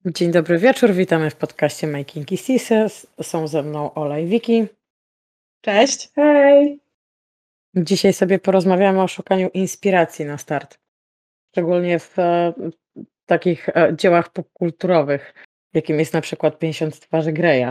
Dzień dobry wieczór, witamy w podcaście Making Kisses. Są ze mną Ola i Wiki. Cześć. Hej. Dzisiaj sobie porozmawiamy o szukaniu inspiracji na start. Szczególnie w takich dziełach popkulturowych, jakim jest na przykład 50 twarzy Greya.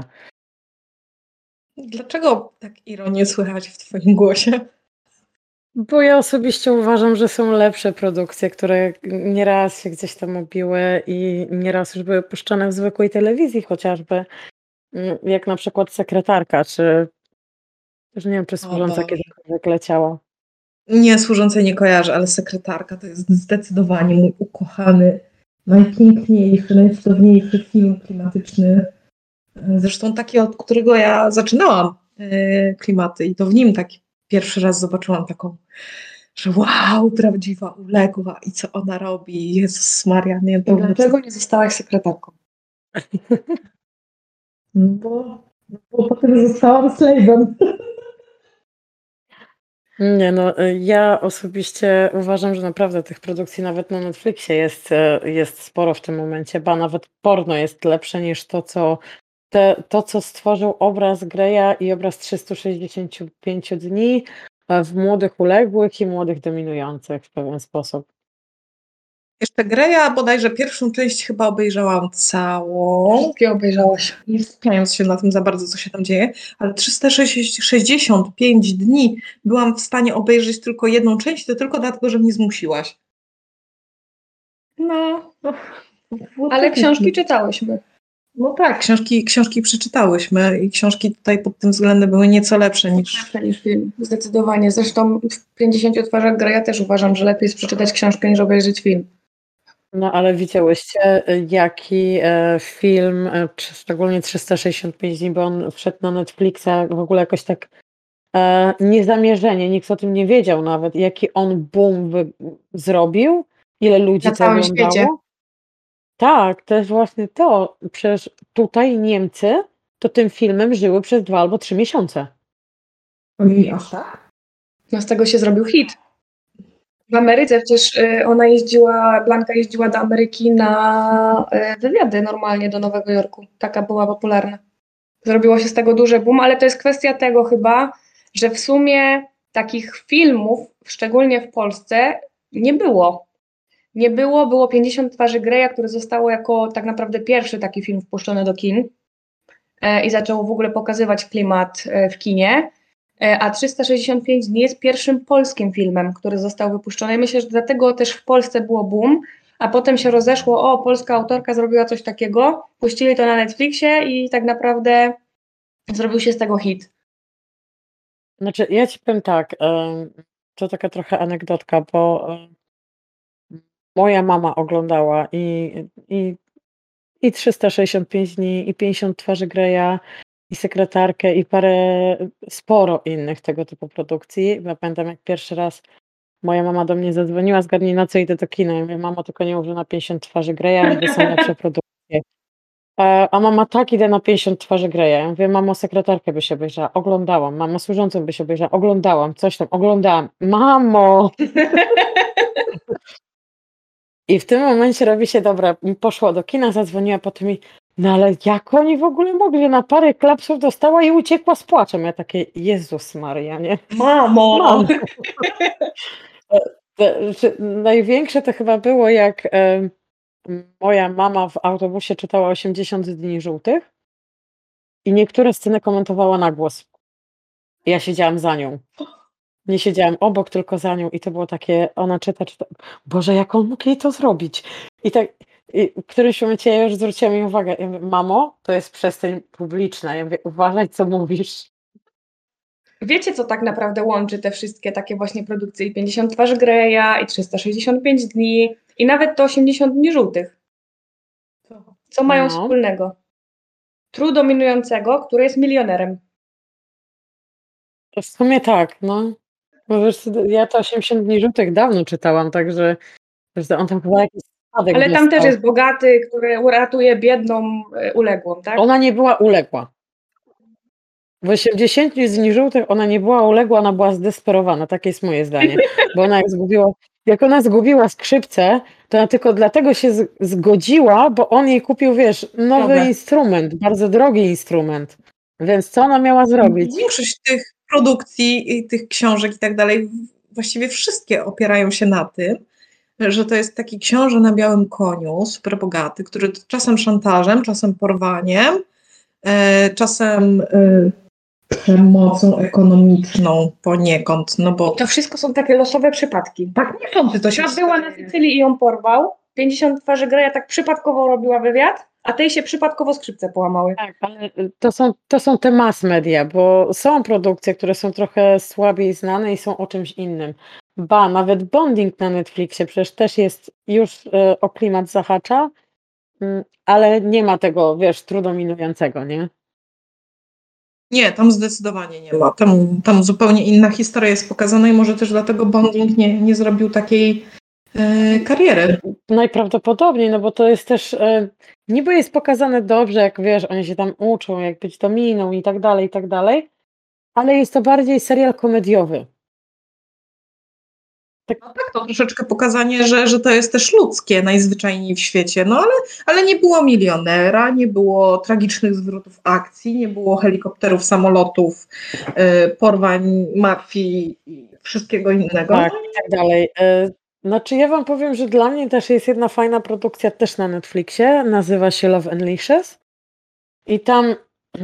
Dlaczego tak ironię słychać w twoim głosie? Bo ja osobiście uważam, że są lepsze produkcje, które nieraz się gdzieś tam obiły i nieraz już były puszczane w zwykłej telewizji chociażby, jak na przykład Sekretarka, czy już nie wiem, czy O Służąca Boże. kiedykolwiek leciała. Nie, Służącej nie kojarzę, ale Sekretarka to jest zdecydowanie mój ukochany, najpiękniejszy, najcudowniejszy film klimatyczny. Zresztą taki, od którego ja zaczynałam klimaty i to w nim taki pierwszy raz zobaczyłam taką, że wow, prawdziwa uległa i co ona robi. Jezus Maria, nie, to dlaczego nie zostałaś sekretarką? Bo potem zostałam slave'em. Nie no, ja osobiście uważam, że naprawdę tych produkcji nawet na Netflixie jest sporo w tym momencie, ba nawet porno jest lepsze niż to, co stworzył obraz Greya i obraz 365 dni w Młodych Uległych i Młodych Dominujących w pewien sposób. Jeszcze Greya, bodajże pierwszą część chyba obejrzałam całą. Wszystkie obejrzałaś. Nie skupiając się na tym za bardzo, co się tam dzieje, ale 365 dni byłam w stanie obejrzeć tylko jedną część, to tylko dlatego, że mnie zmusiłaś. No, ale książki czytałyśmy. No tak, książki przeczytałyśmy i książki tutaj pod tym względem były nieco lepsze niż film. Zdecydowanie. Zresztą w 50 twarzach Greya też uważam, że lepiej jest przeczytać książkę niż obejrzeć film. No ale widziałyście, jaki film, szczególnie 365 dni, bo on wszedł na Netflixa w ogóle jakoś tak niezamierzenie, nikt o tym nie wiedział nawet, jaki on boom zrobił, ile ludzi Na to całym oglądało. świecie. Tak, to jest właśnie to. Przecież tutaj Niemcy to tym filmem żyły przez 2 albo 3 miesiące. Ojej, aż tak? No z tego się zrobił hit. W Ameryce przecież Blanka jeździła do Ameryki na wywiady normalnie do Nowego Jorku. Taka była popularna. Zrobiło się z tego duże boom, ale to jest kwestia tego chyba, że w sumie takich filmów, szczególnie w Polsce, nie było. Było 50 twarzy Greya, które zostało jako tak naprawdę pierwszy taki film wpuszczony do kin i zaczęło w ogóle pokazywać klimat w kinie, a 365 dni jest pierwszym polskim filmem, który został wypuszczony. I myślę, że dlatego też w Polsce było boom, a potem się rozeszło, polska autorka zrobiła coś takiego, puścili to na Netflixie i tak naprawdę zrobił się z tego hit. Znaczy, ja ci powiem tak, to taka trochę anegdotka, bo moja mama oglądała i 365 dni, i 50 twarzy Greya, i Sekretarkę, i sporo innych tego typu produkcji. Ja pamiętam, jak pierwszy raz moja mama do mnie zadzwoniła, zgadnij na co idę do kina. Ja mówię, mamo, tylko nie mów, że na 50 twarzy Greya, mówię, są lepsze produkcje. A mama, tak, idę na 50 twarzy Greya. Ja mówię, mamo, Sekretarkę by się obejrzała. Oglądałam. Mamo, Służącą by się obejrzała. Oglądałam. Coś tam. Oglądałam. Mamo! I w tym momencie robi się, dobra, poszła do kina, zadzwoniła potem i no ale jak oni w ogóle mogli, że na parę klapsów dostała i uciekła z płaczem. Ja takie, Jezus Maria, nie? Mamo! Mam. Największe to chyba było, jak moja mama w autobusie czytała 80 dni żółtych i niektóre sceny komentowała na głos. Ja siedziałam za nią. Nie siedziałam obok, tylko za nią i to było takie, ona czyta. Boże, jak on mógł jej to zrobić? I tak w którymś momencie ja już zwróciłam jej uwagę. Ja mówię, mamo, to jest przestrzeń publiczna. Ja mówię, uważaj, co mówisz. Wiecie, co tak naprawdę łączy te wszystkie takie właśnie produkcje i 50 twarzy Greya, i 365 dni, i nawet to 80 dni żółtych. Co mają wspólnego? True dominującego, który jest milionerem. W sumie tak, no. Bo wiesz, ja to 80 dni żółtych dawno czytałam, także on tam chyba jakiś spadek Ale tam dostał. też jest bogaty, który uratuje biedną uległą, tak? Ona nie była uległa. W 80 dni żółtych ona nie była uległa, ona była zdesperowana. Takie jest moje zdanie. Bo ona jak ona zgubiła skrzypce, To ona tylko dlatego się zgodziła, bo on jej kupił, wiesz, nowy Dobra. instrument, bardzo drogi instrument. Więc co ona miała zrobić? Większość tych produkcji i tych książek i tak dalej, właściwie wszystkie opierają się na tym, że to jest taki książę na białym koniu, super bogaty, który czasem szantażem, czasem porwaniem, czasem przemocą ekonomiczną poniekąd, no bo To wszystko są takie losowe przypadki. tak nie sądzę, to się Ta była na Sycylii i ją porwał. 50 twarzy Greya tak przypadkowo robiła wywiad, a tej się przypadkowo skrzypce połamały. Tak, ale to są te mass media, bo są produkcje, które są trochę słabiej znane i są o czymś innym. Ba, nawet Bonding na Netflixie przecież też jest już o klimat zahacza, ale nie ma tego, wiesz, dominującego, nie? Nie, tam zdecydowanie nie ma. Tam zupełnie inna historia jest pokazana i może też dlatego Bonding nie zrobił takiej kariery. Najprawdopodobniej, no bo to jest też, niby jest pokazane dobrze, jak wiesz, oni się tam uczą, jak być dominą i tak dalej, ale jest to bardziej serial komediowy. No tak, to troszeczkę pokazanie, że to jest też ludzkie najzwyczajniej w świecie, no ale nie było milionera, nie było tragicznych zwrotów akcji, nie było helikopterów, samolotów, porwań, mafii i wszystkiego innego. Tak, i tak dalej. Znaczy ja wam powiem, że dla mnie też jest jedna fajna produkcja też na Netflixie, nazywa się Love Unleashes i tam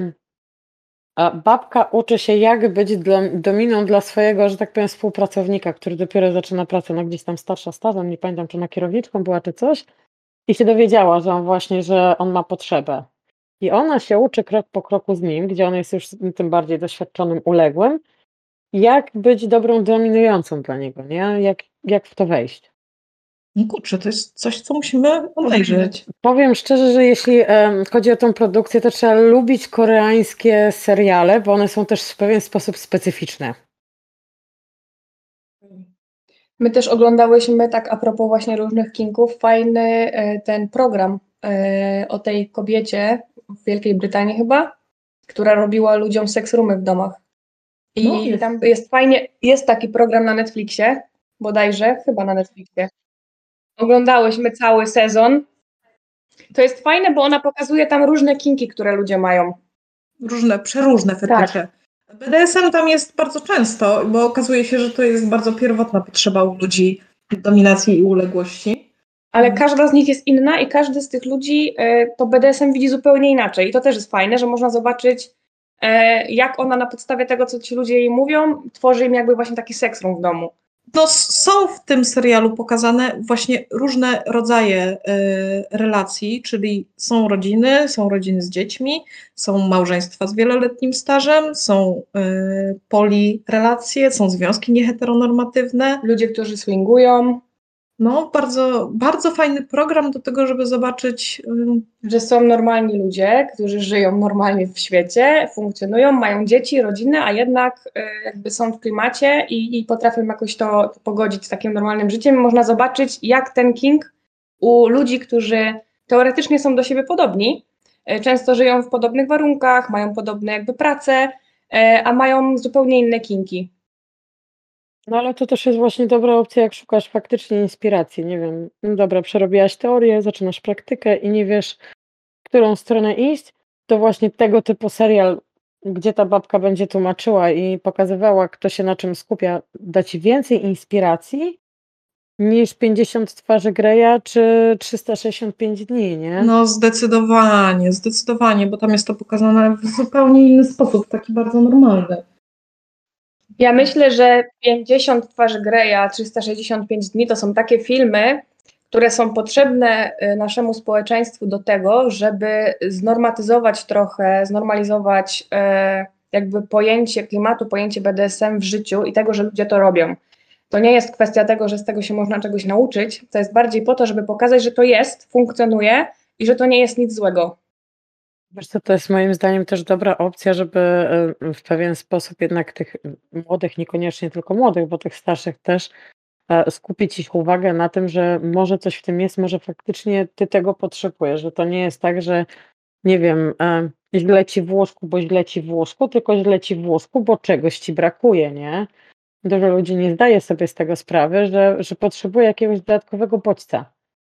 babka uczy się, jak być dominą dla swojego, że tak powiem, współpracownika, który dopiero zaczyna pracę, no gdzieś tam starsza stawem, nie pamiętam, czy ona kierowniczką była, czy coś, i się dowiedziała, że on ma potrzebę. I ona się uczy krok po kroku z nim, gdzie on jest już tym bardziej doświadczonym, uległym, jak być dobrą dominującą dla niego, nie? Jak w to wejść. No kurczę, to jest coś, co musimy obejrzeć. Powiem szczerze, że jeśli chodzi o tą produkcję, to trzeba lubić koreańskie seriale, bo one są też w pewien sposób specyficzne. My też oglądałyśmy, tak a propos właśnie różnych kinków, fajny ten program o tej kobiecie w Wielkiej Brytanii chyba, która robiła ludziom seks roomy w domach. I No, jest. tam jest fajnie, jest taki program na Netflixie, bodajże, chyba na Netflixie. Oglądałyśmy cały sezon. To jest fajne, bo ona pokazuje tam różne kinki, które ludzie mają. Przeróżne fetysze. BDSM tam jest bardzo często, bo okazuje się, że to jest bardzo pierwotna potrzeba u ludzi dominacji i uległości. Ale każda z nich jest inna i każdy z tych ludzi to BDSM widzi zupełnie inaczej. I to też jest fajne, że można zobaczyć, jak ona na podstawie tego, co ci ludzie jej mówią, tworzy im jakby właśnie taki seks room w domu. No, są w tym serialu pokazane właśnie różne rodzaje relacji, czyli są rodziny z dziećmi, są małżeństwa z wieloletnim stażem, są polirelacje, są związki nieheteronormatywne. Ludzie, którzy swingują. No, bardzo, bardzo fajny program do tego, żeby zobaczyć. Że są normalni ludzie, którzy żyją normalnie w świecie, funkcjonują, mają dzieci, rodzinę, a jednak jakby są w klimacie i potrafią jakoś to pogodzić z takim normalnym życiem. Można zobaczyć, jak ten king u ludzi, którzy teoretycznie są do siebie podobni, często żyją w podobnych warunkach, mają podobne jakby prace, a mają zupełnie inne kinki. No ale to też jest właśnie dobra opcja, jak szukasz faktycznie inspiracji. Nie wiem, no dobra, przerobiłaś teorię, zaczynasz praktykę i nie wiesz, w którą stronę iść, to właśnie tego typu serial, gdzie ta babka będzie tłumaczyła i pokazywała, kto się na czym skupia, da ci więcej inspiracji niż 50 twarzy Greya czy 365 dni, nie? No, zdecydowanie, bo tam jest to pokazane w zupełnie inny sposób, taki bardzo normalny. Ja myślę, że 50 twarzy Greya, 365 dni to są takie filmy, które są potrzebne naszemu społeczeństwu do tego, żeby znormatyzować trochę, znormalizować jakby pojęcie klimatu, pojęcie BDSM w życiu i tego, że ludzie to robią. To nie jest kwestia tego, że z tego się można czegoś nauczyć, to jest bardziej po to, żeby pokazać, że to jest, funkcjonuje i że to nie jest nic złego. Wiesz co, to jest moim zdaniem też dobra opcja, żeby w pewien sposób jednak tych młodych, niekoniecznie tylko młodych, bo tych starszych też, skupić ich uwagę na tym, że może coś w tym jest, może faktycznie ty tego potrzebujesz, że to nie jest tak, że nie wiem, źle ci w łóżku, bo źle ci w łóżku, tylko źle ci w łóżku, bo czegoś ci brakuje, nie? Dużo ludzi nie zdaje sobie z tego sprawy, że potrzebuje jakiegoś dodatkowego bodźca.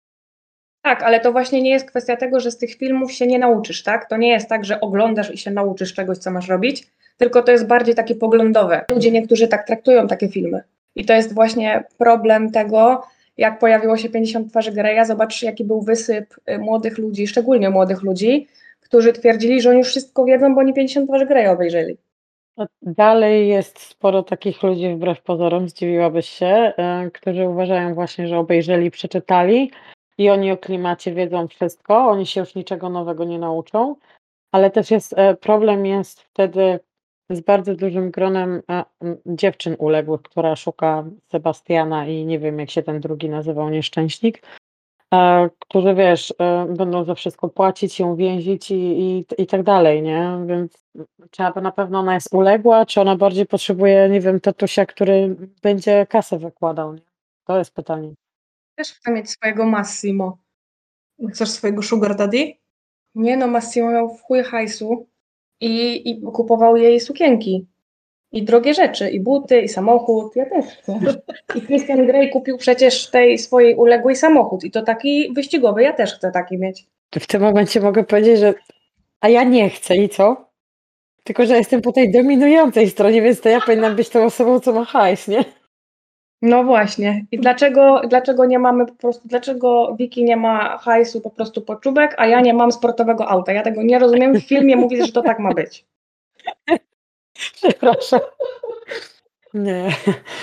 Tak, ale to właśnie nie jest kwestia tego, że z tych filmów się nie nauczysz, tak? To nie jest tak, że oglądasz i się nauczysz czegoś, co masz robić, tylko to jest bardziej takie poglądowe. Ludzie niektórzy tak traktują takie filmy. I to jest właśnie problem tego, jak pojawiło się 50 twarzy Greya. Zobacz, jaki był wysyp młodych ludzi, szczególnie młodych ludzi, którzy twierdzili, że oni już wszystko wiedzą, bo oni 50 twarzy Greya obejrzeli. Dalej jest sporo takich ludzi, wbrew pozorom, zdziwiłabyś się, którzy uważają właśnie, że obejrzeli, przeczytali i oni o klimacie wiedzą wszystko, oni się już niczego nowego nie nauczą, ale też jest problem jest wtedy z bardzo dużym gronem dziewczyn uległych, która szuka Sebastiana i nie wiem, jak się ten drugi nazywał, nieszczęśnik, którzy wiesz, będą za wszystko płacić, ją więzić i tak dalej, nie? Więc czy na pewno ona jest uległa, czy ona bardziej potrzebuje, nie wiem, tatusia, który będzie kasę wykładał, nie? To jest pytanie. Też chcę mieć swojego Massimo. Chcesz swojego sugar daddy? Nie no, Massimo miał w chuj hajsu i kupował jej sukienki. I drogie rzeczy, i buty, i samochód. Ja też chcę. I Christian Grey kupił przecież tej swojej uległej samochód. I to taki wyścigowy. Ja też chcę taki mieć. W tym momencie mogę powiedzieć, że a ja nie chcę i co? Tylko, że jestem po tej dominującej stronie, więc to ja powinnam być tą osobą, co ma hajs, nie? No właśnie. I dlaczego nie mamy po prostu, dlaczego Vicky nie ma hajsu po prostu po czubek, a ja nie mam sportowego auta? Ja tego nie rozumiem. W filmie mówi, że to tak ma być. Przepraszam. Nie.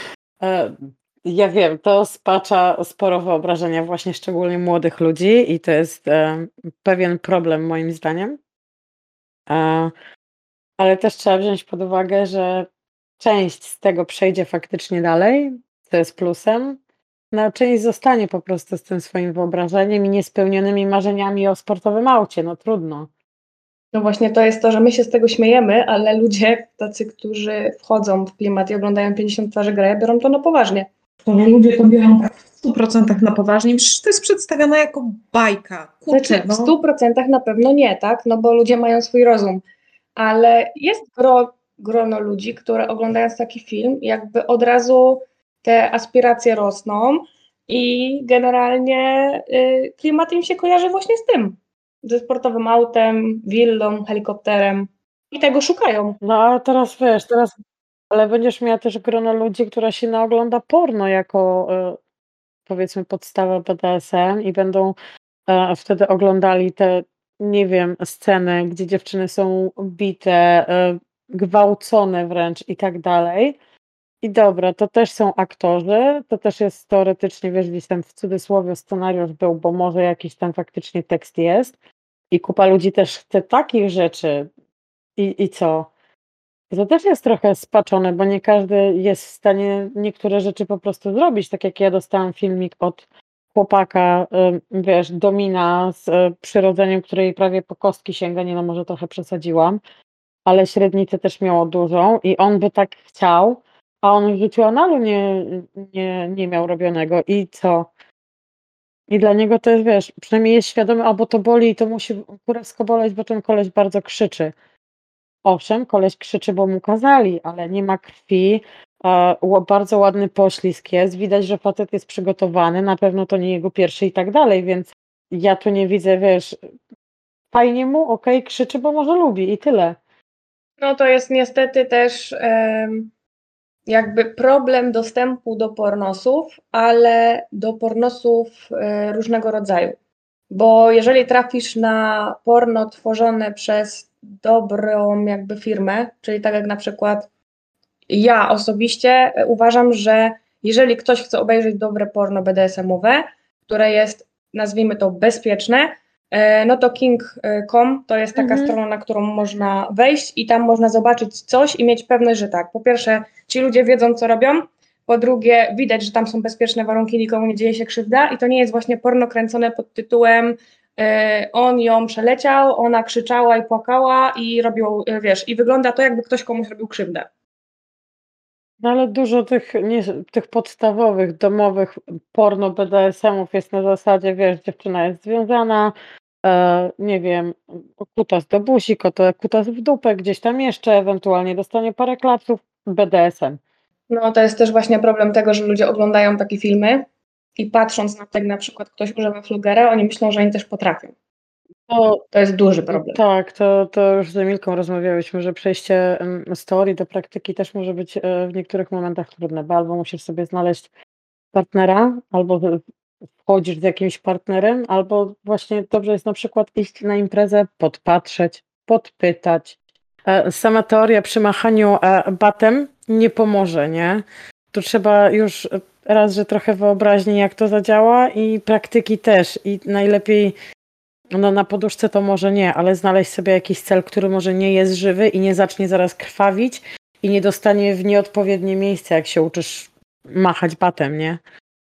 Ja wiem, to spacza sporo wyobrażenia właśnie szczególnie młodych ludzi i to jest pewien problem moim zdaniem. Ale też trzeba wziąć pod uwagę, że część z tego przejdzie faktycznie dalej, co jest plusem, no a część zostanie po prostu z tym swoim wyobrażeniem i niespełnionymi marzeniami o sportowym aucie, no trudno. No właśnie to jest to, że my się z tego śmiejemy, ale ludzie tacy, którzy wchodzą w klimat i oglądają 50 twarzy Greya, biorą to na poważnie. To ludzie to biorą w 100% na poważnie. Przecież to jest przedstawione jako bajka. Kurczę, Znaczy, w 100% na pewno nie, tak? No bo ludzie mają swój rozum. Ale jest grono ludzi, które oglądając taki film, jakby od razu te aspiracje rosną i generalnie klimat im się kojarzy właśnie z tym. Ze sportowym autem, willą, helikopterem i tego szukają. No a teraz wiesz, ale będziesz miała też grono ludzi, która się naogląda porno jako powiedzmy podstawę BDSM i będą wtedy oglądali te, nie wiem, sceny, gdzie dziewczyny są bite, gwałcone wręcz i tak dalej. I dobra, to też są aktorzy, to też jest teoretycznie, wiesz, gdzieś tam w cudzysłowie scenariusz był, bo może jakiś tam faktycznie tekst jest. I kupa ludzi też chce takich rzeczy. I co? To też jest trochę spaczone, bo nie każdy jest w stanie niektóre rzeczy po prostu zrobić. Tak jak ja dostałam filmik od chłopaka, wiesz, domina z przyrodzeniem, której prawie po kostki sięga, nie no, może trochę przesadziłam, ale średnicę też miało dużą i on by tak chciał, a on w życiu analu nie miał robionego. I co? I dla niego to jest, wiesz, przynajmniej jest świadomy, albo to boli i to musi kurewsko boleć, bo ten koleś bardzo krzyczy. Owszem, koleś krzyczy, bo mu kazali, ale nie ma krwi, bardzo ładny poślizg jest, widać, że facet jest przygotowany, na pewno to nie jego pierwszy i tak dalej, więc ja tu nie widzę, wiesz, fajnie mu, okej, krzyczy, bo może lubi i tyle. No to jest niestety też jakby problem dostępu do pornosów, ale do pornosów różnego rodzaju. Bo jeżeli trafisz na porno tworzone przez dobrą jakby firmę, czyli tak jak na przykład ja osobiście uważam, że jeżeli ktoś chce obejrzeć dobre porno BDSM-owe, które jest, nazwijmy to, bezpieczne, no to King.com to jest taka strona, na którą można wejść i tam można zobaczyć coś i mieć pewność, że tak, po pierwsze ci ludzie wiedzą, co robią, po drugie widać, że tam są bezpieczne warunki, nikomu nie dzieje się krzywda i to nie jest właśnie porno kręcone pod tytułem on ją przeleciał, ona krzyczała i płakała i robił, wiesz, i wygląda to, jakby ktoś komuś robił krzywdę. No ale dużo tych podstawowych, domowych porno BDSM-ów jest na zasadzie, wiesz, dziewczyna jest związana, nie wiem, kutas do buzi, kutas w dupę, gdzieś tam jeszcze, ewentualnie dostanie parę klapsów, BDSM. No to jest też właśnie problem tego, że ludzie oglądają takie filmy i patrząc na to, jak na przykład ktoś używa flogera, oni myślą, że oni też potrafią. To To jest duży problem. tak, to już z Emilką rozmawiałyśmy, że przejście z teorii do praktyki też może być w niektórych momentach trudne, bo albo musisz sobie znaleźć partnera, albo wchodzisz z jakimś partnerem, albo właśnie dobrze jest na przykład iść na imprezę, podpatrzeć, podpytać. Sama teoria przy machaniu batem nie pomoże, nie? Tu trzeba już raz, że trochę wyobraźni, jak to zadziała, i praktyki też. I najlepiej, no na poduszce to może nie, ale znaleźć sobie jakiś cel, który może nie jest żywy i nie zacznie zaraz krwawić i nie dostanie w nieodpowiednie miejsce, jak się uczysz machać batem, nie?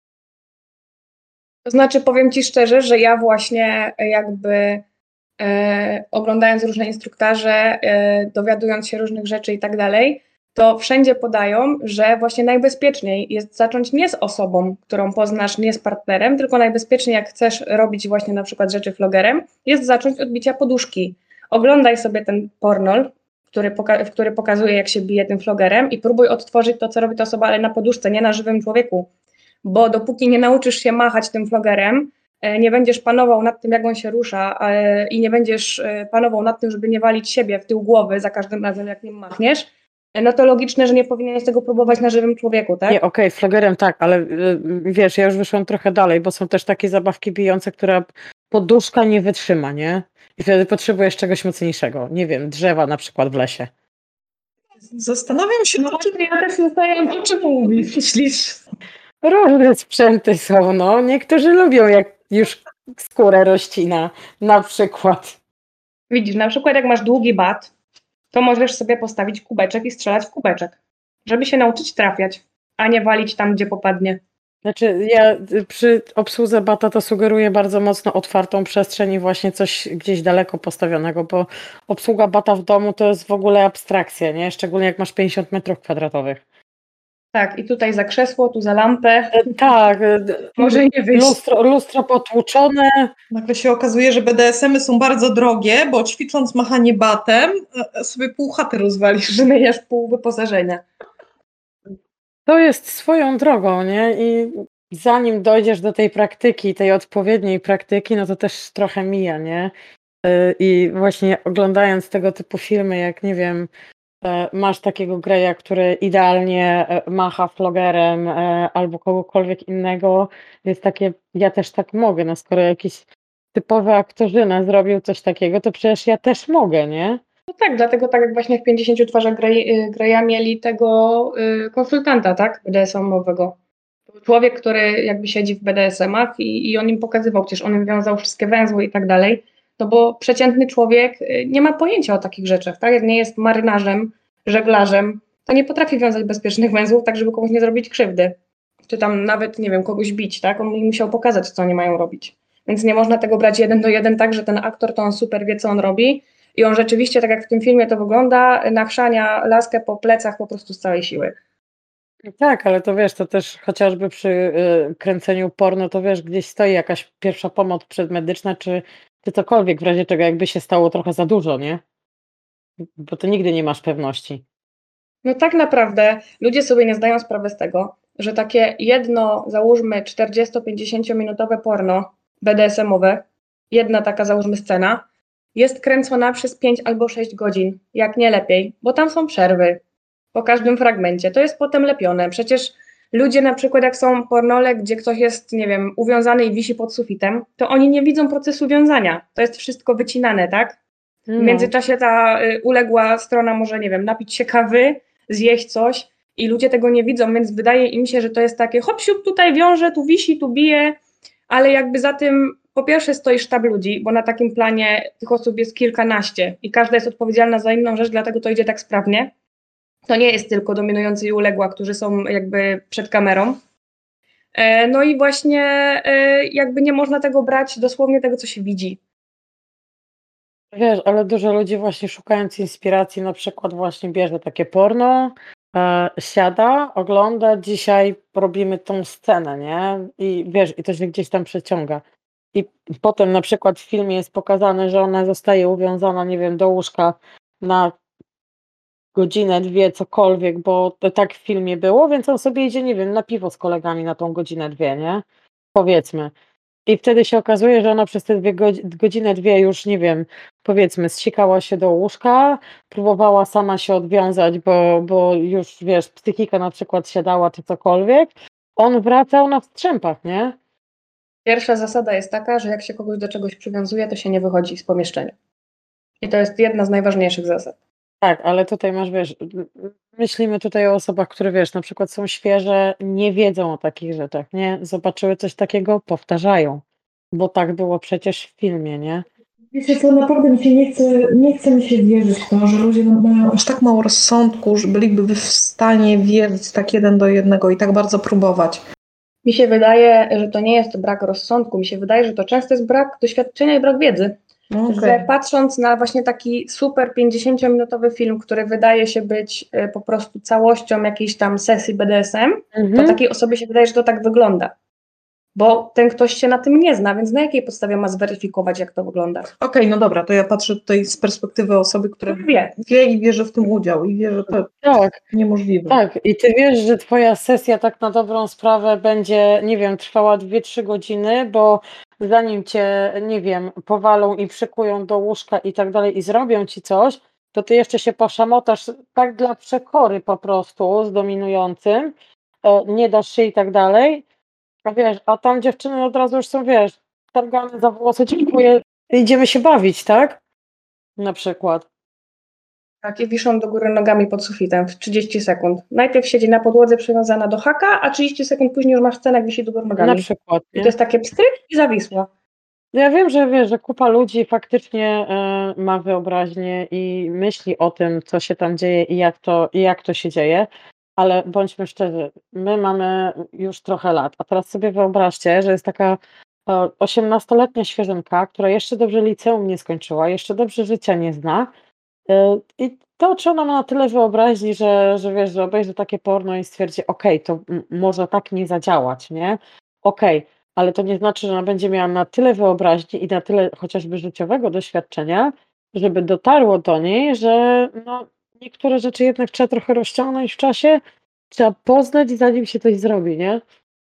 To znaczy, powiem Ci szczerze, że ja właśnie jakby oglądając różne instruktaże, dowiadując się różnych rzeczy i tak dalej, to wszędzie podają, że właśnie najbezpieczniej jest zacząć nie z osobą, którą poznasz, nie z partnerem, tylko najbezpieczniej, jak chcesz robić właśnie na przykład rzeczy flogerem, jest zacząć od bicia poduszki. Oglądaj sobie ten pornol, który pokazuje, jak się bije tym flogerem, i próbuj odtworzyć to, co robi ta osoba, ale na poduszce, nie na żywym człowieku. Bo dopóki nie nauczysz się machać tym flogerem, nie będziesz panował nad tym, jak on się rusza, i nie będziesz panował nad tym, żeby nie walić siebie w tył głowy za każdym razem, jak nim machniesz, no to logiczne, że nie powinieneś tego próbować na żywym człowieku, tak? Nie, okej, flogerem tak, ale wiesz, ja już wyszłam trochę dalej, bo są też takie zabawki bijące, które poduszka nie wytrzyma, nie? I wtedy potrzebujesz czegoś mocniejszego. Nie wiem, drzewa na przykład w lesie. Zastanawiam się, No właśnie, ja też się zastanawiam, o czym mówisz, myślisz? Różne sprzęty są, no. Niektórzy lubią, jak już skórę rozcina, na przykład. Widzisz, na przykład jak masz długi bat, to możesz sobie postawić kubeczek i strzelać w kubeczek, żeby się nauczyć trafiać, a nie walić tam, gdzie popadnie. Znaczy, ja przy obsłudze bata to sugeruję bardzo mocno otwartą przestrzeń i właśnie coś gdzieś daleko postawionego, bo obsługa bata w domu to jest w ogóle abstrakcja, nie? Szczególnie jak masz 50 metrów kwadratowych. Tak, i tutaj za krzesło, tu za lampę, Tak, może nie wyjść. lustro potłuczone. nagle się okazuje, że BDSM-y są bardzo drogie, bo ćwicząc machanie batem sobie pół chaty rozwalisz. Wymieniasz pół wyposażenia. To jest swoją drogą, nie? I zanim dojdziesz do tej praktyki, tej odpowiedniej praktyki, no to też trochę mija, nie? I właśnie oglądając tego typu filmy, jak nie wiem, masz takiego greja, który idealnie macha flogerem albo kogokolwiek innego, jest takie, ja też tak mogę, no skoro jakiś typowy aktorzyna zrobił coś takiego, to przecież ja też mogę, nie? No tak, dlatego tak jak właśnie w 50 twarzach Greya mieli tego konsultanta, tak, BDSM-owego. Człowiek, który jakby siedzi w BDSM-ach i on im pokazywał, przecież on im wiązał wszystkie węzły i tak dalej, no bo przeciętny człowiek nie ma pojęcia o takich rzeczach, tak, jak nie jest marynarzem, żeglarzem, to nie potrafi wiązać bezpiecznych węzłów tak, żeby komuś nie zrobić krzywdy, czy tam nawet, nie wiem, kogoś bić, tak, on im musiał pokazać, co oni mają robić. Więc nie można tego brać 1 do 1 tak, że ten aktor to on super wie, co on robi, i on rzeczywiście, tak jak w tym filmie to wygląda, nachrzania laskę po plecach po prostu z całej siły. Tak, ale to wiesz, to też chociażby przy kręceniu porno, to wiesz, gdzieś stoi jakaś pierwsza pomoc przedmedyczna, czy cokolwiek, w razie czego jakby się stało trochę za dużo, nie? Bo to nigdy nie masz pewności. No tak naprawdę ludzie sobie nie zdają sprawy z tego, że takie jedno, załóżmy 40-50 minutowe porno BDSM-owe, jedna taka załóżmy scena, jest kręcona przez 5 albo 6 godzin, jak nie lepiej, bo tam są przerwy po każdym fragmencie, to jest potem lepione. Przecież ludzie na przykład jak są pornole, gdzie ktoś jest, nie wiem, uwiązany i wisi pod sufitem, to oni nie widzą procesu wiązania, to jest wszystko wycinane, tak? W No. międzyczasie ta uległa strona może, nie wiem, napić się kawy, zjeść coś i ludzie tego nie widzą, więc wydaje im się, że to jest takie hop siup, tutaj wiąże, tu wisi, tu bije, ale jakby za tym po pierwsze stoi sztab ludzi, bo na takim planie tych osób jest kilkanaście i każda jest odpowiedzialna za inną rzecz, dlatego to idzie tak sprawnie. To nie jest tylko dominujący i uległa, którzy są jakby przed kamerą. No i właśnie jakby nie można tego brać dosłownie tego, co się widzi. Wiesz, ale dużo ludzi właśnie szukając inspiracji, na przykład właśnie bierze takie porno, siada, ogląda, dzisiaj robimy tą scenę, nie? I wiesz, i to się gdzieś tam przeciąga. I potem na przykład w filmie jest pokazane, że ona zostaje uwiązana, nie wiem, do łóżka na godzinę, dwie, cokolwiek, bo to tak w filmie było, więc on sobie idzie, nie wiem, na piwo z kolegami na tą godzinę, dwie, nie? powiedzmy. I wtedy się okazuje, że ona przez te godzinę, 2 już, nie wiem, powiedzmy, zsikała się do łóżka, próbowała sama się odwiązać, bo już, wiesz, psychika na przykład siadała czy cokolwiek. On wracał na strzępach, nie? Pierwsza zasada jest taka, że jak się kogoś do czegoś przywiązuje, to się nie wychodzi z pomieszczenia. I to jest jedna z najważniejszych zasad. Tak, ale tutaj masz, wiesz, myślimy tutaj o osobach, które, wiesz, na przykład są świeże, nie wiedzą o takich rzeczach, nie? Zobaczyły coś takiego, powtarzają, bo tak było przecież w filmie, nie? Wiecie co, naprawdę mi się nie chce mi się wierzyć w to, że ludzie mają aż tak mało rozsądku, że byliby w stanie wierzyć tak 1:1 i tak bardzo próbować. Mi się wydaje, że to nie jest brak rozsądku. Mi się wydaje, że to często jest brak doświadczenia i brak wiedzy. No, Że patrząc na właśnie taki super 50-minutowy film, który wydaje się być po prostu całością jakiejś tam sesji BDSM, to takiej osobie się wydaje, że to tak wygląda. Bo ten ktoś się na tym nie zna, więc na jakiej podstawie ma zweryfikować, jak to wygląda? Okej, no dobra, to ja patrzę tutaj z perspektywy osoby, która wie i bierze w tym udział i wie, że to Tak, niemożliwe. tak. I ty wiesz, że twoja sesja tak na dobrą sprawę będzie, nie wiem, trwała 2-3 godziny, bo zanim cię, nie wiem, powalą i przykują do łóżka i tak dalej i zrobią ci coś, to ty jeszcze się poszamotasz tak dla przekory po prostu z dominującym, nie dasz się i tak dalej. A wiesz, a tam dziewczyny od razu już są, wiesz, targane za włosy, dziękuję, idziemy się bawić, tak? Na przykład. Tak, i wiszą do góry nogami pod sufitem w 30 sekund. Najpierw siedzi na podłodze przywiązana do haka, a 30 sekund później już masz scenę, jak wisi do góry nogami. Na przykład, I nie? to jest takie pstryk i zawisło. Ja wiem, że wiesz, że kupa ludzi faktycznie ma wyobraźnię i myśli o tym, co się tam dzieje i jak to się dzieje, ale bądźmy szczerzy, my mamy już trochę lat, a teraz sobie wyobraźcie, że jest taka 18-letnia świeżynka, która jeszcze dobrze liceum nie skończyła, jeszcze dobrze życia nie zna, i to, czy ona ma na tyle wyobraźni, że wiesz, że obejrzy takie porno i stwierdzi, okej, to może tak nie zadziałać, nie? Okej, ale to nie znaczy, że ona będzie miała na tyle wyobraźni i na tyle chociażby życiowego doświadczenia, żeby dotarło do niej, że no, niektóre rzeczy jednak trzeba trochę rozciągnąć w czasie, trzeba poznać, zanim się coś zrobi, nie?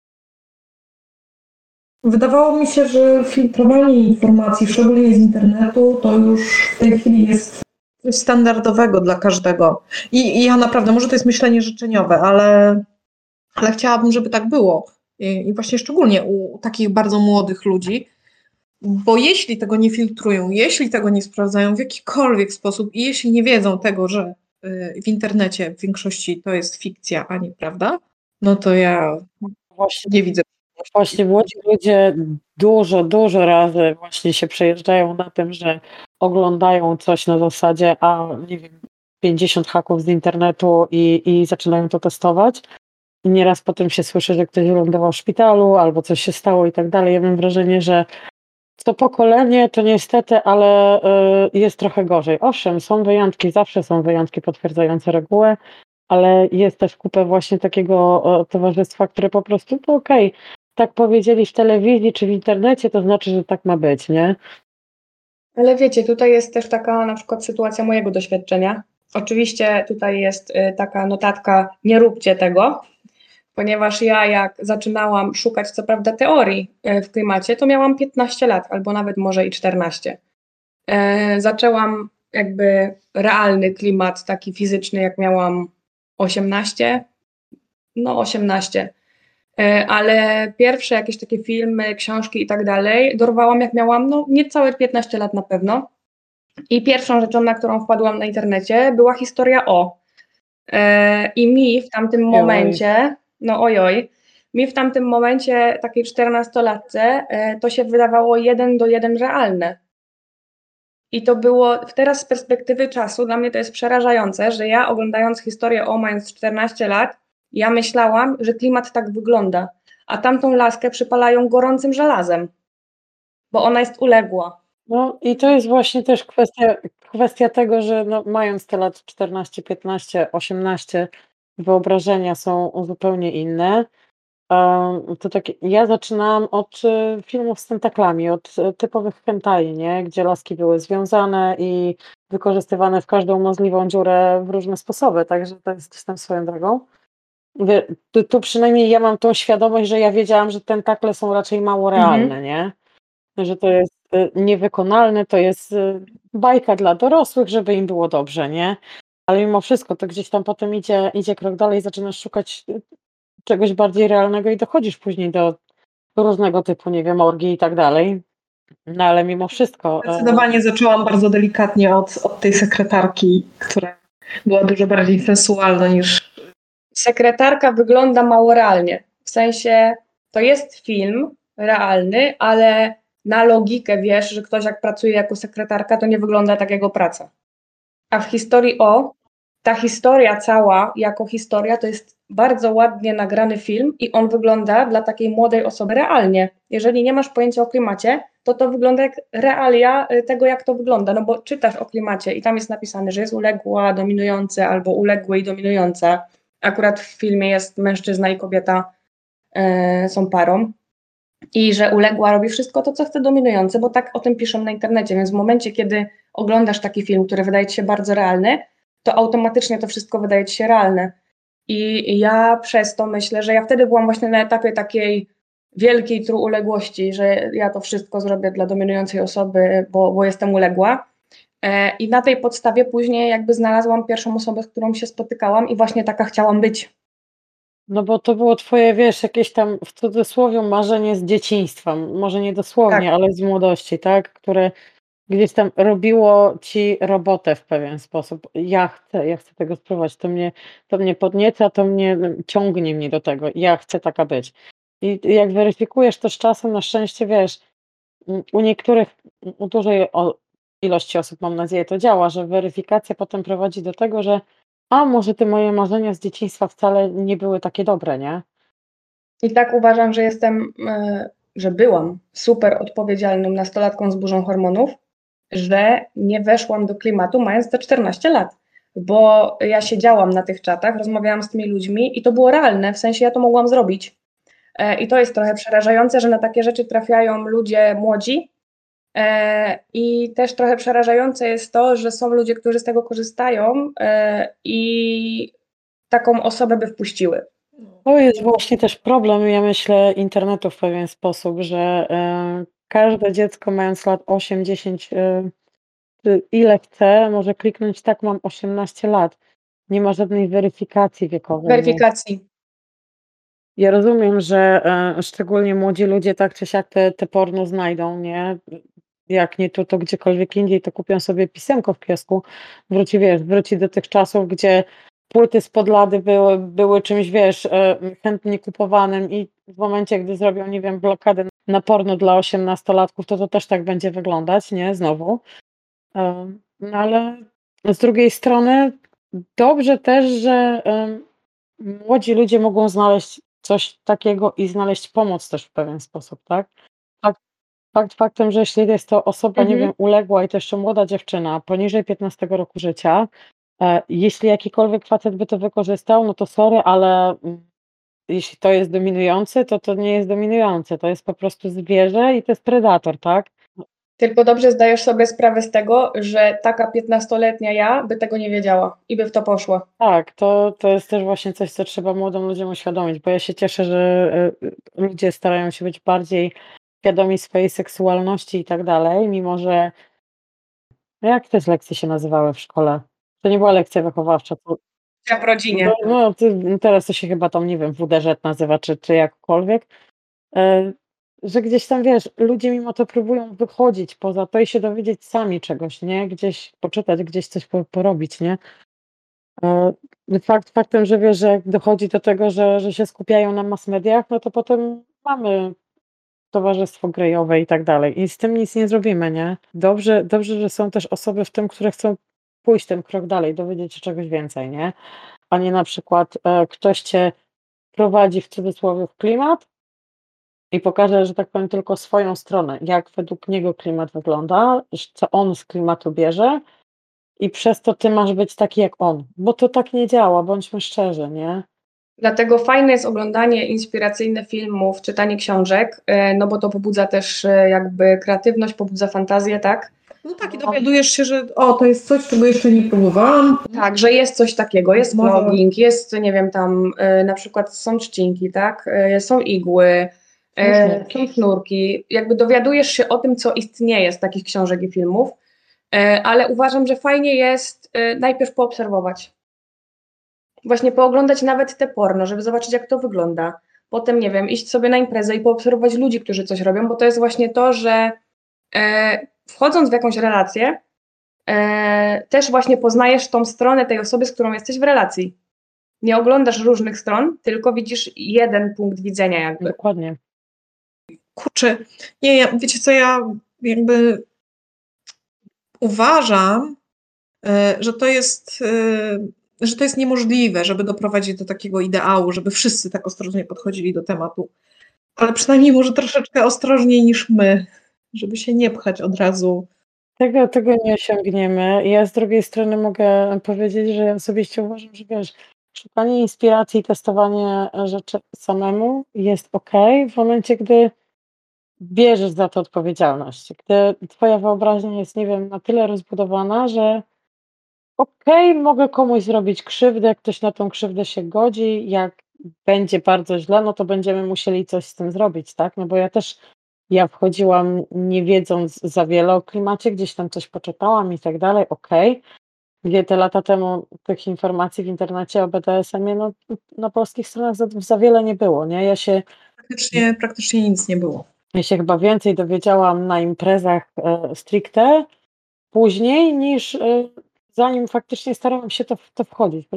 Wydawało mi się, że filtrowanie informacji, szczególnie z internetu, to już w tej chwili jest coś standardowego dla każdego. I ja naprawdę, może to jest myślenie życzeniowe, ale chciałabym, żeby tak było. I właśnie szczególnie u takich bardzo młodych ludzi, bo jeśli tego nie filtrują, jeśli tego nie sprawdzają w jakikolwiek sposób i jeśli nie wiedzą tego, że w internecie w większości to jest fikcja, a nie prawda, no to ja Właśnie, nie widzę. właśnie młodzi ludzie dużo razy właśnie się przejeżdżają na tym, że oglądają coś na zasadzie, a nie wiem, 50 haków z internetu i zaczynają to testować. I nieraz potem się słyszy, że ktoś wylądował w szpitalu albo coś się stało i tak dalej. Ja mam wrażenie, że to pokolenie to niestety, ale jest trochę gorzej. Owszem, są wyjątki, zawsze są wyjątki potwierdzające regułę, ale jest też kupę właśnie takiego towarzystwa, które po prostu, to okej, tak powiedzieli w telewizji czy w internecie, to znaczy, że tak ma być, nie? Ale wiecie, tutaj jest też taka na przykład sytuacja mojego doświadczenia. Oczywiście tutaj jest taka notatka, nie róbcie tego, ponieważ ja jak zaczynałam szukać co prawda teorii w klimacie, to miałam 15 lat, albo nawet może i 14. Zaczęłam jakby realny klimat taki fizyczny, jak miałam 18, no 18. Ale pierwsze jakieś takie filmy, książki i tak dalej dorwałam jak miałam no niecałe 15 lat na pewno. I pierwszą rzeczą, na którą wpadłam na internecie, była historia o. I mi w tamtym momencie, no ojoj, mi w tamtym momencie, takiej 14-latce, to się wydawało 1:1 realne. I to było teraz z perspektywy czasu, dla mnie to jest przerażające, że ja oglądając historię o, mając 14 lat, ja myślałam, że klimat tak wygląda, a tamtą laskę przypalają gorącym żelazem, bo ona jest uległa. No i to jest właśnie też kwestia tego, że no, mając te lat 14, 15, 18, wyobrażenia są zupełnie inne. To tak, ja zaczynałam od filmów z tentaklami, od typowych hentai, nie? Gdzie laski były związane i wykorzystywane w każdą możliwą dziurę w różne sposoby, także to jest gdzieś tam swoją drogą. Tu przynajmniej ja mam tą świadomość, że ja wiedziałam, że tentakle są raczej mało realne, nie? Że to jest niewykonalne, to jest bajka dla dorosłych, żeby im było dobrze, nie? Ale mimo wszystko to gdzieś tam potem idzie krok dalej, zaczynasz szukać czegoś bardziej realnego i dochodzisz później do różnego typu, nie wiem, orgii i tak dalej. No ale mimo wszystko. Zdecydowanie zaczęłam bardzo delikatnie od tej sekretarki, która była dużo bardziej sensualna niż... Sekretarka wygląda mało realnie. W sensie to jest film realny, ale na logikę wiesz, że ktoś jak pracuje jako sekretarka, to nie wygląda tak jego praca. A w historii ta historia cała jako historia to jest bardzo ładnie nagrany film i on wygląda dla takiej młodej osoby realnie. Jeżeli nie masz pojęcia o klimacie, to wygląda jak realia tego, jak to wygląda. No bo czytasz o klimacie i tam jest napisane, że jest uległa, dominujący albo uległy i dominujące. Akurat w filmie jest mężczyzna i kobieta są parą. I że uległa robi wszystko to, co chce dominujący, bo tak o tym piszą na internecie. Więc w momencie, kiedy oglądasz taki film, który wydaje ci się bardzo realny, to automatycznie to wszystko wydaje ci się realne. I ja przez to myślę, że ja wtedy byłam właśnie na etapie takiej wielkiej uległości, że ja to wszystko zrobię dla dominującej osoby, bo jestem uległa. I na tej podstawie później jakby znalazłam pierwszą osobę, z którą się spotykałam i właśnie taka chciałam być. No bo to było twoje, wiesz, jakieś tam w cudzysłowie marzenie z dzieciństwa, może nie dosłownie, ale z młodości, tak? Które gdzieś tam robiło ci robotę w pewien sposób. Ja chcę tego spróbować, to mnie podnieca, ciągnie mnie do tego. Ja chcę taka być. I jak weryfikujesz to z czasem, na szczęście, wiesz, u niektórych, u dużej ilości osób, mam nadzieję, to działa, że weryfikacja potem prowadzi do tego, że może te moje marzenia z dzieciństwa wcale nie były takie dobre, nie? I tak uważam, że że byłam super odpowiedzialną nastolatką z burzą hormonów, że nie weszłam do klimatu mając te 14 lat, bo ja siedziałam na tych czatach, rozmawiałam z tymi ludźmi i to było realne, w sensie ja to mogłam zrobić. I to jest trochę przerażające, że na takie rzeczy trafiają ludzie młodzi. I też trochę przerażające jest to, że są ludzie, którzy z tego korzystają i taką osobę by wpuściły. To jest właśnie też problem, ja myślę, internetu w pewien sposób, że każde dziecko mając lat 8, 10, ile chce, może kliknąć tak, mam 18 lat. Nie ma żadnej weryfikacji wiekowej. Weryfikacji. Ja rozumiem, że szczególnie młodzi ludzie tak czy siak te porno znajdą, nie? Jak nie tu, to gdziekolwiek indziej, to kupią sobie pisemko w kiosku. Wróci do tych czasów, gdzie płyty spod lady były czymś, wiesz, chętnie kupowanym i w momencie, gdy zrobią, nie wiem, blokadę na porno dla 18-latków, to też tak będzie wyglądać, nie? Znowu. No ale z drugiej strony dobrze też, że młodzi ludzie mogą znaleźć coś takiego i znaleźć pomoc też w pewien sposób, tak? Fakt faktem, że jeśli jest to osoba, nie wiem, uległa i to jeszcze młoda dziewczyna poniżej 15 roku życia, jeśli jakikolwiek facet by to wykorzystał, no to sorry, ale jeśli to jest dominujący, to nie jest dominujący, to jest po prostu zwierzę i to jest predator, tak? Tylko dobrze zdajesz sobie sprawę z tego, że taka 15-letnia ja by tego nie wiedziała i by w to poszła. Tak, to jest też właśnie coś, co trzeba młodym ludziom uświadomić, bo ja się cieszę, że ludzie starają się być bardziej świadomi swojej seksualności i tak dalej, mimo że jak te lekcje się nazywały w szkole? To nie była lekcja wychowawcza. Ja w rodzinie. Teraz to się chyba tam, nie wiem, WDŻ nazywa, czy jakkolwiek. Że gdzieś tam, wiesz, ludzie mimo to próbują wychodzić poza to i się dowiedzieć sami czegoś, nie? Gdzieś poczytać, gdzieś coś porobić, nie? Faktem, że wiesz, że jak dochodzi do tego, że się skupiają na mass mediach, no to potem mamy towarzystwo gejowe i tak dalej. I z tym nic nie zrobimy, nie? Dobrze, że są też osoby w tym, które chcą pójść ten krok dalej, dowiedzieć się czegoś więcej, nie? A nie na przykład ktoś cię prowadzi w cudzysłowie w klimat i pokaże, że tak powiem, tylko swoją stronę, jak według niego klimat wygląda, co on z klimatu bierze i przez to ty masz być taki jak on. Bo to tak nie działa, bądźmy szczerzy, nie? Dlatego fajne jest oglądanie inspiracyjnych filmów, czytanie książek, no bo to pobudza też jakby kreatywność, pobudza fantazję, tak? No tak, i dowiadujesz się, że to jest coś, czego jeszcze nie próbowałam. Tak, że jest coś takiego, jest Może- vlogging, jest, nie wiem, tam na przykład są trzcinki, tak, są igły, są sznurki. Jakby dowiadujesz się o tym, co istnieje z takich książek i filmów, ale uważam, że fajnie jest najpierw poobserwować. Właśnie pooglądać nawet te porno, żeby zobaczyć, jak to wygląda. Potem, nie wiem, iść sobie na imprezę i poobserwować ludzi, którzy coś robią, bo to jest właśnie to, że wchodząc w jakąś relację, też właśnie poznajesz tą stronę tej osoby, z którą jesteś w relacji. Nie oglądasz różnych stron, tylko widzisz jeden punkt widzenia jakby. Dokładnie. Kurczę, nie, wiecie co, ja jakby uważam, że to jest niemożliwe, żeby doprowadzić do takiego ideału, żeby wszyscy tak ostrożnie podchodzili do tematu. Ale przynajmniej może troszeczkę ostrożniej niż my, żeby się nie pchać od razu. Tego nie osiągniemy. Ja z drugiej strony mogę powiedzieć, że ja osobiście uważam, że wiesz, szukanie inspiracji, testowanie rzeczy samemu jest okej w momencie, gdy bierzesz za to odpowiedzialność. Gdy twoja wyobraźnia jest, nie wiem, na tyle rozbudowana, że mogę komuś zrobić krzywdę, jak ktoś na tą krzywdę się godzi, jak będzie bardzo źle, no to będziemy musieli coś z tym zrobić, tak? No bo ja wchodziłam nie wiedząc za wiele o klimacie, gdzieś tam coś poczytałam i tak dalej, te lata temu tych informacji w internecie o BDSM-ie, no na polskich stronach za wiele nie było, nie? Praktycznie nic nie było. Ja się chyba więcej dowiedziałam na imprezach stricte później, niż zanim faktycznie starałam się to wchodzić.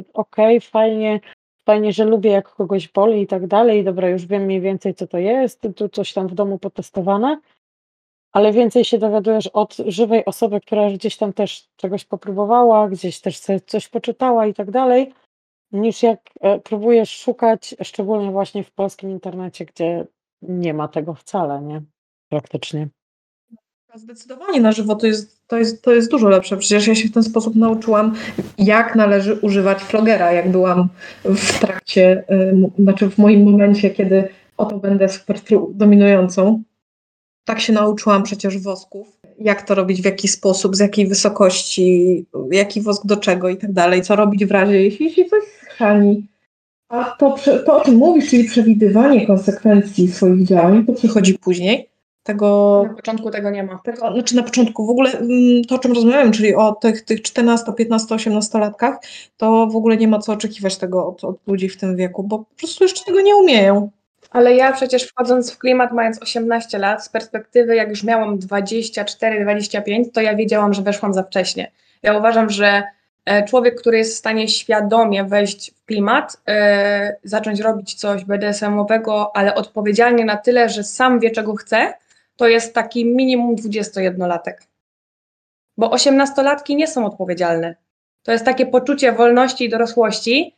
Fajnie, że lubię, jak kogoś boli i tak dalej. Dobra, już wiem mniej więcej, co to jest. Tu coś tam w domu potestowane, ale więcej się dowiadujesz od żywej osoby, która już gdzieś tam też czegoś popróbowała, gdzieś też sobie coś poczytała i tak dalej, niż jak próbujesz szukać, szczególnie właśnie w polskim internecie, gdzie nie ma tego wcale, nie? Praktycznie. Zdecydowanie na żywo to jest dużo lepsze. Przecież ja się w ten sposób nauczyłam, jak należy używać flogera, jak byłam w trakcie, znaczy w moim momencie, kiedy oto będę super dominującą. Tak się nauczyłam przecież wosków, jak to robić, w jaki sposób, z jakiej wysokości, jaki wosk do czego i tak dalej, co robić w razie, jeśli się coś schani. A to, o czym mówisz, czyli przewidywanie konsekwencji swoich działań, to przychodzi później. Na początku tego nie ma. Znaczy na początku w ogóle to, o czym rozmawiamy, czyli o tych 14, 15, 18-latkach, to w ogóle nie ma co oczekiwać tego od ludzi w tym wieku, bo po prostu jeszcze tego nie umieją. Ale ja przecież wchodząc w klimat, mając 18 lat, z perspektywy jak już miałam 24, 25, to ja wiedziałam, że weszłam za wcześnie. Ja uważam, że człowiek, który jest w stanie świadomie wejść w klimat, zacząć robić coś BDSM-owego, ale odpowiedzialnie na tyle, że sam wie, czego chce, to jest taki minimum 21-latek. Bo 18-latki nie są odpowiedzialne. To jest takie poczucie wolności i dorosłości,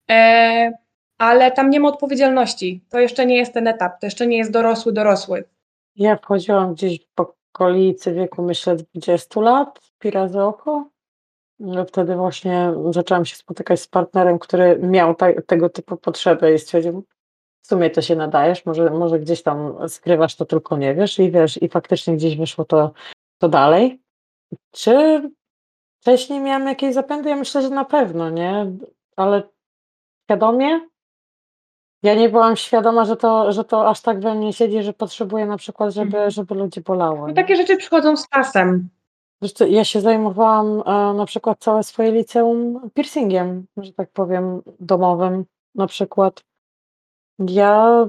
ale tam nie ma odpowiedzialności. To jeszcze nie jest ten etap, to jeszcze nie jest dorosły. Ja wchodziłam gdzieś w okolicy wieku, myślę, 20 lat, pirazy oko. Wtedy właśnie zaczęłam się spotykać z partnerem, który miał tego typu potrzeby i stwierdził, w sumie to się nadajesz, może gdzieś tam skrywasz, to tylko nie wiesz i wiesz, i faktycznie gdzieś wyszło to dalej. Czy wcześniej miałam jakieś zapędy? Ja myślę, że na pewno, nie? Ale świadomie? Ja nie byłam świadoma, że to aż tak we mnie siedzi, że potrzebuję na przykład, żeby ludzi bolało. No takie rzeczy przychodzą z czasem. Wiesz co, ja się zajmowałam na przykład całe swoje liceum piercingiem, że tak powiem, domowym na przykład. Ja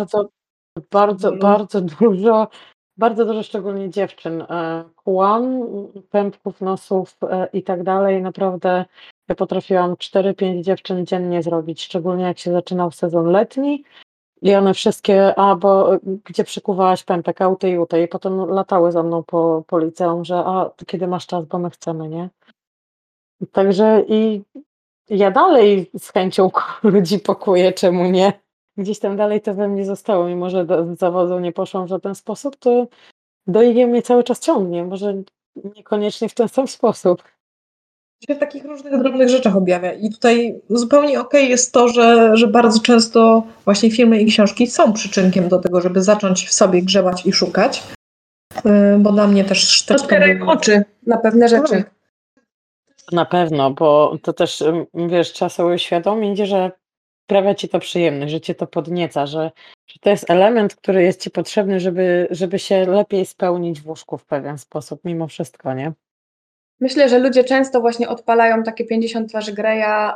bardzo dużo szczególnie dziewczyn kułam, pępków, nosów i tak dalej. Naprawdę ja potrafiłam 4-5 dziewczyn dziennie zrobić, szczególnie jak się zaczynał sezon letni i one wszystkie, bo gdzie przykuwałaś pępek, a u tej, i potem latały za mną po liceum, że to kiedy masz czas, bo my chcemy, nie? Także i ja dalej z chęcią ludzi pakuję, czemu nie? Gdzieś tam dalej to we mnie zostało, mimo że do zawodu nie poszłam w żaden sposób, to do IG mnie cały czas ciągnie, może niekoniecznie w ten sam sposób. Się w takich różnych drobnych rzeczach objawia. I tutaj zupełnie okej jest to, że bardzo często właśnie filmy i książki są przyczynkiem do tego, żeby zacząć w sobie grzebać i szukać. Bo dla mnie też sztuczka Otwieraj była. oczy na pewne rzeczy. Tak. Na pewno, bo to też, wiesz, trzeba sobie uświadomić, że sprawia ci to przyjemność, że cię to podnieca, że to jest element, który jest ci potrzebny, żeby się lepiej spełnić w łóżku w pewien sposób mimo wszystko, nie? Myślę, że ludzie często właśnie odpalają takie 50 twarzy Greya,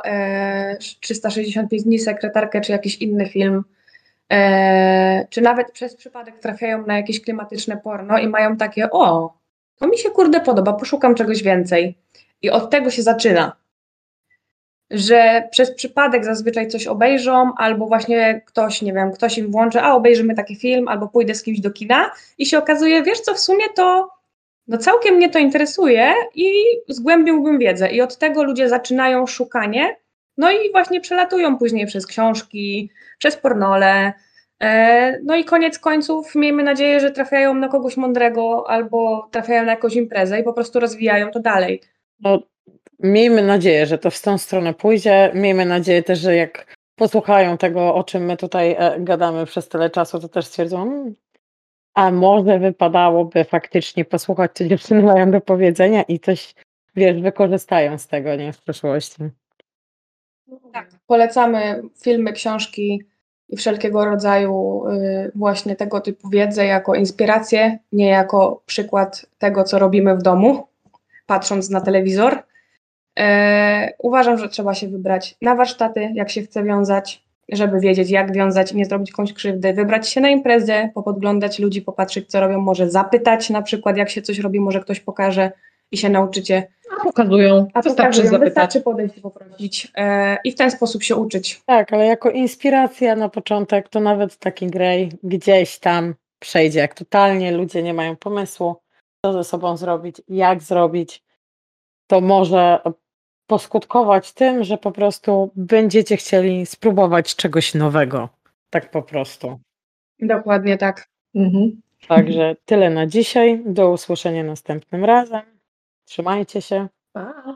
365 dni, Sekretarkę, czy jakiś inny film, czy nawet przez przypadek trafiają na jakieś klimatyczne porno i mają takie, o, to mi się kurde podoba, poszukam czegoś więcej. I od tego się zaczyna. Że przez przypadek zazwyczaj coś obejrzą, albo właśnie ktoś, nie wiem, ktoś im włączy, a obejrzymy taki film, albo pójdę z kimś do kina i się okazuje, wiesz co, w sumie to no całkiem mnie to interesuje i zgłębiłbym wiedzę. I od tego ludzie zaczynają szukanie, no i właśnie przelatują później przez książki, przez pornole. No i koniec końców miejmy nadzieję, że trafiają na kogoś mądrego albo trafiają na jakąś imprezę i po prostu rozwijają to dalej. No, miejmy nadzieję, że to w tą stronę pójdzie. Miejmy nadzieję też, że jak posłuchają tego, o czym my tutaj gadamy przez tyle czasu, to też stwierdzą, a może wypadałoby faktycznie posłuchać, co dziewczyny mają do powiedzenia i coś, wiesz, wykorzystają z tego, nie, w przyszłości. Tak, polecamy filmy, książki i wszelkiego rodzaju właśnie tego typu wiedzę jako inspirację, nie jako przykład tego, co robimy w domu, patrząc na telewizor. Uważam, że trzeba się wybrać na warsztaty, jak się chce wiązać, żeby wiedzieć, jak wiązać i nie zrobić komuś krzywdy, wybrać się na imprezę, popodglądać ludzi, popatrzeć, co robią, może zapytać na przykład, jak się coś robi, może ktoś pokaże i się nauczycie. Pokazują. Wystarczy zapytać. Wystarczy podejść i poprosić i w ten sposób się uczyć. Tak, ale jako inspiracja na początek to nawet taki Grey gdzieś tam przejdzie, jak totalnie ludzie nie mają pomysłu, co ze sobą zrobić, jak zrobić, to może poskutkować tym, że po prostu będziecie chcieli spróbować czegoś nowego. Tak po prostu. Dokładnie tak. Mhm. Także tyle na dzisiaj. Do usłyszenia następnym razem. Trzymajcie się. Pa.